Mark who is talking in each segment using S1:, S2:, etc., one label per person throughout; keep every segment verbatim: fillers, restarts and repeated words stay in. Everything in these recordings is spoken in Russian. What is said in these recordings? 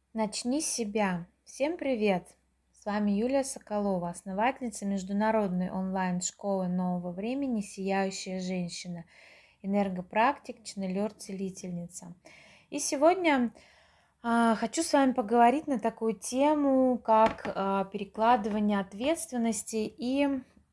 S1: Начни с себя. Всем привет! С вами Юлия Соколова, основательница международной онлайн-школы нового времени «Сияющая женщина», энергопрактик, ченнелер-целительница. И сегодня а, хочу с вами поговорить на такую тему, как а, перекладывание ответственности и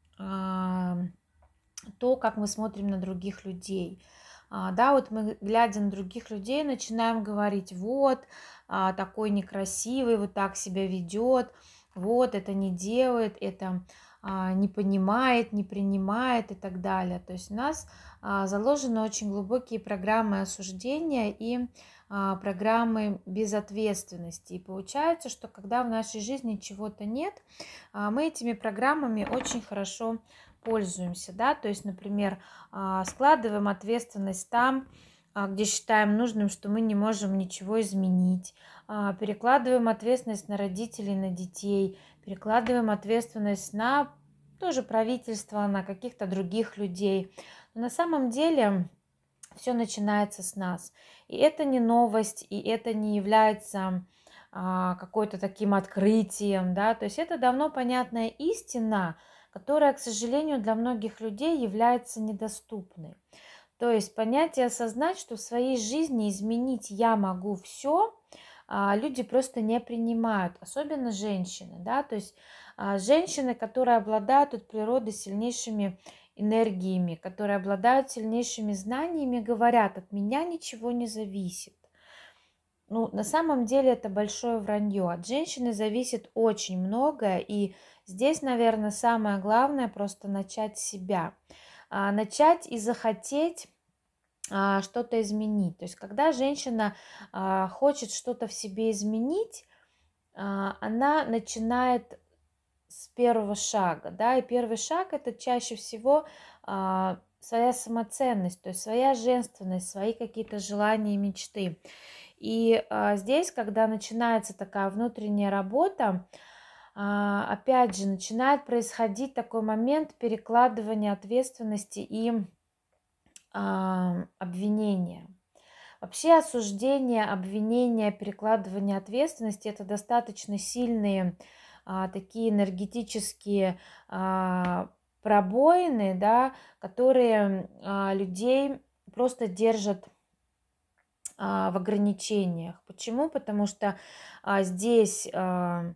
S1: а, то, как мы смотрим на других людей. А, да, вот мы, глядя на других людей, начинаем говорить: вот, а, такой некрасивый, вот так себя ведет, вот, это не делает, это а, не понимает, не принимает и так далее. То есть у нас а, заложены очень глубокие программы осуждения и а, программы безответственности. И получается, что когда в нашей жизни чего-то нет, а, мы этими программами очень хорошо пользуемся, да, то есть, например, а, складываем ответственность там, а, где считаем нужным, что мы не можем ничего изменить, а, перекладываем ответственность на родителей, на детей, перекладываем ответственность на тоже правительство, на каких-то других людей. Но на самом деле все начинается с нас. И это не новость, и это не является а, какой-то таким открытием, да, то есть это давно понятная истина, которая, к сожалению, для многих людей является недоступной. То есть понять и осознать, что в своей жизни изменить я могу все, люди просто не принимают, особенно женщины, да, то есть а, женщины, которые обладают от природы сильнейшими энергиями, которые обладают сильнейшими знаниями, говорят: от меня ничего не зависит. Ну, на самом деле это большое вранье. От женщины зависит очень многое, и здесь, наверное, самое главное просто начать с себя. А, начать и захотеть а, что-то изменить. То есть, когда женщина а, хочет что-то в себе изменить, а, она начинает с первого шага, да, и первый шаг — это чаще всего а, своя самоценность, то есть своя женственность, свои какие-то желания и мечты. И а, здесь, когда начинается такая внутренняя работа, а, опять же, начинает происходить такой момент перекладывания ответственности и а, обвинения. Вообще осуждение, обвинение, перекладывание ответственности — это достаточно сильные а, такие энергетические а, пробоины, да, которые а, людей просто держат а, в ограничениях. Почему? Потому что а, здесь а,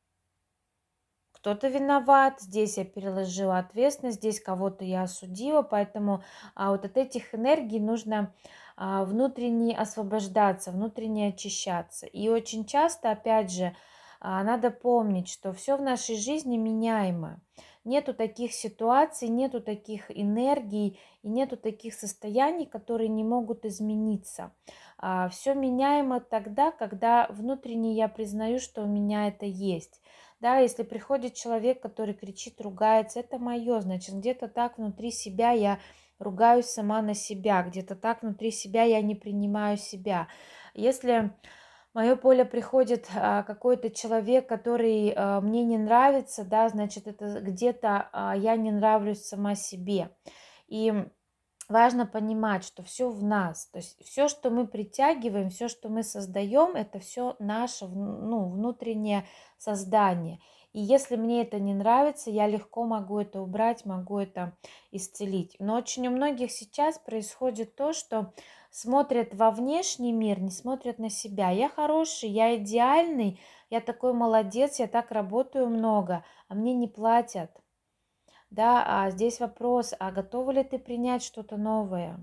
S1: кто-то виноват, здесь я переложила ответственность, здесь кого-то я осудила, поэтому а, вот от этих энергий нужно а, внутренне освобождаться, внутренне очищаться. И очень часто, опять же, а, надо помнить, что все в нашей жизни меняемо. Нету таких ситуаций, нету таких энергий и нету таких состояний, которые не могут измениться. А, все меняемо тогда, когда внутренне я признаю, что у меня это есть. Да, если приходит человек, который кричит, ругается, это мое, значит, где-то так внутри себя я ругаюсь сама на себя, где-то так внутри себя я не принимаю себя. Если в мое поле приходит а, какой-то человек, который а, мне не нравится, да, значит, это где-то а, я не нравлюсь сама себе. И важно понимать, что все в нас, то есть все, что мы притягиваем, все, что мы создаем, это все наше, ну, внутреннее создание. И если мне это не нравится, я легко могу это убрать, могу это исцелить. Но очень у многих сейчас происходит то, что смотрят во внешний мир, не смотрят на себя. Я хороший, я идеальный, я такой молодец, я так работаю много, а мне не платят. Да, а здесь вопрос: а готова ли ты принять что-то новое?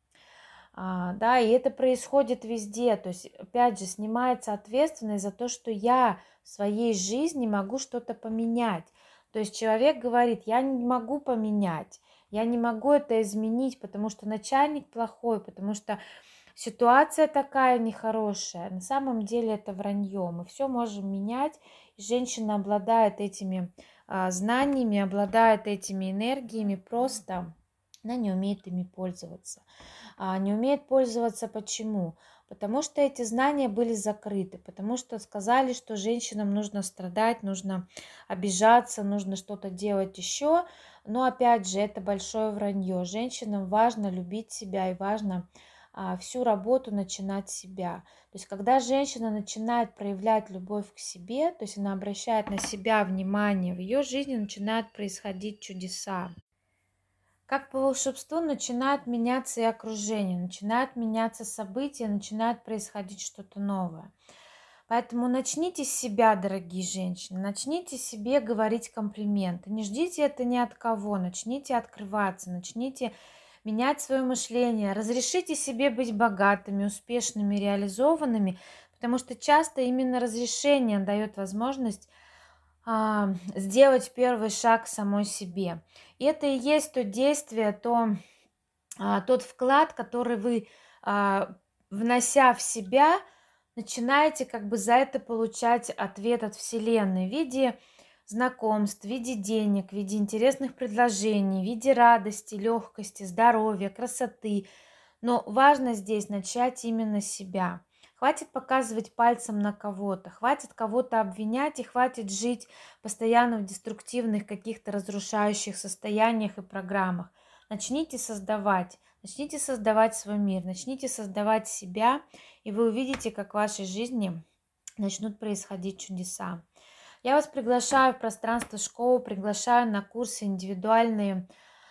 S1: А, да, и это происходит везде. То есть, опять же, снимается ответственность за то, что я в своей жизни могу что-то поменять. То есть человек говорит: я не могу поменять, я не могу это изменить, потому что начальник плохой, потому что ситуация такая нехорошая. На самом деле это вранье. Мы все можем менять. И женщина обладает этими а, знаниями, обладает этими энергиями, просто она не умеет ими пользоваться. А, не умеет пользоваться почему? Потому что эти знания были закрыты, потому что сказали, что женщинам нужно страдать, нужно обижаться, нужно что-то делать еще. Но опять же, это большое вранье. Женщинам важно любить себя и важно а, всю работу начинать с себя. То есть когда женщина начинает проявлять любовь к себе, то есть она обращает на себя внимание, в ее жизни начинают происходить чудеса. Как по волшебству начинает меняться и окружение, начинают меняться события, начинает происходить что-то новое. Поэтому начните с себя, дорогие женщины, начните себе говорить комплименты. Не ждите это ни от кого, начните открываться, начните менять свое мышление, разрешите себе быть богатыми, успешными, реализованными, потому что часто именно разрешение дает возможность а, сделать первый шаг самой себе. И это и есть то действие, то, а, тот вклад, который вы, а, внося в себя, начинаете как бы за это получать ответ от Вселенной в виде знакомств, в виде денег, в виде интересных предложений, в виде радости, легкости, здоровья, красоты. Но важно здесь начать именно с себя. Хватит показывать пальцем на кого-то, хватит кого-то обвинять и хватит жить постоянно в деструктивных каких-то разрушающих состояниях и программах. Начните создавать, начните создавать свой мир, начните создавать себя, и вы увидите, как в вашей жизни начнут происходить чудеса. Я вас приглашаю в пространство школы, приглашаю на курсы индивидуальные,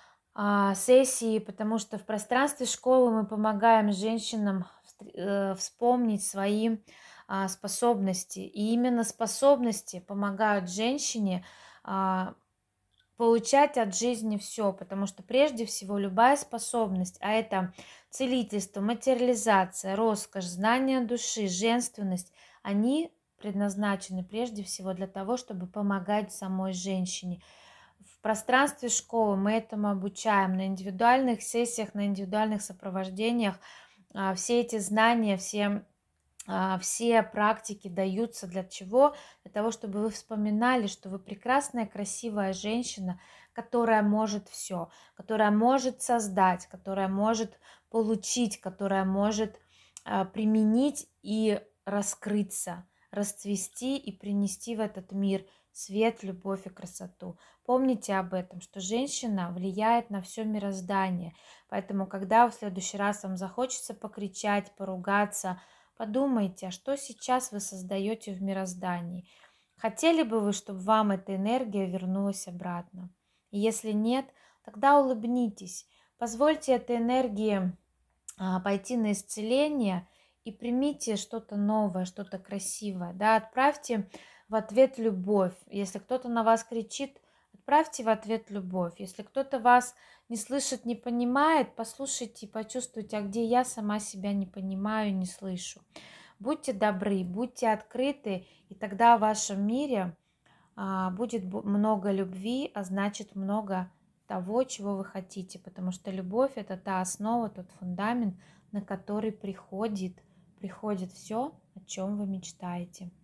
S1: а, сессии, потому что в пространстве школы мы помогаем женщинам э, вспомнить свои а, способности. И именно способности помогают женщине а, получать от жизни все, потому что прежде всего любая способность, а это целительство, материализация, роскошь, знание души, женственность, они предназначены прежде всего для того, чтобы помогать самой женщине. В пространстве школы мы этому обучаем на индивидуальных сессиях, на индивидуальных сопровождениях. а, Все эти знания, все, а, все практики даются для чего? Для того, чтобы вы вспоминали, что вы прекрасная, красивая женщина, которая может все, которая может создать, которая может получить, которая может а, применить и раскрыться, расцвести и принести в этот мир свет, любовь и красоту. Помните об этом, что женщина влияет на все мироздание. Поэтому, когда в следующий раз вам захочется покричать, поругаться, подумайте, а что сейчас вы создаете в мироздании. Хотели бы вы, чтобы вам эта энергия вернулась обратно? И если нет, тогда улыбнитесь. Позвольте этой энергии а, пойти на исцеление и примите что-то новое, что-то красивое. Да? Отправьте в ответ любовь. Если кто-то на вас кричит, отправьте в ответ любовь. Если кто-то вас не слышит, не понимает, послушайте и почувствуйте, а где я сама себя не понимаю, не слышу. Будьте добры, будьте открыты, и тогда в вашем мире а, будет много любви, а значит много того, чего вы хотите, потому что любовь – это та основа, тот фундамент, на который приходит, приходит все, о чем вы мечтаете.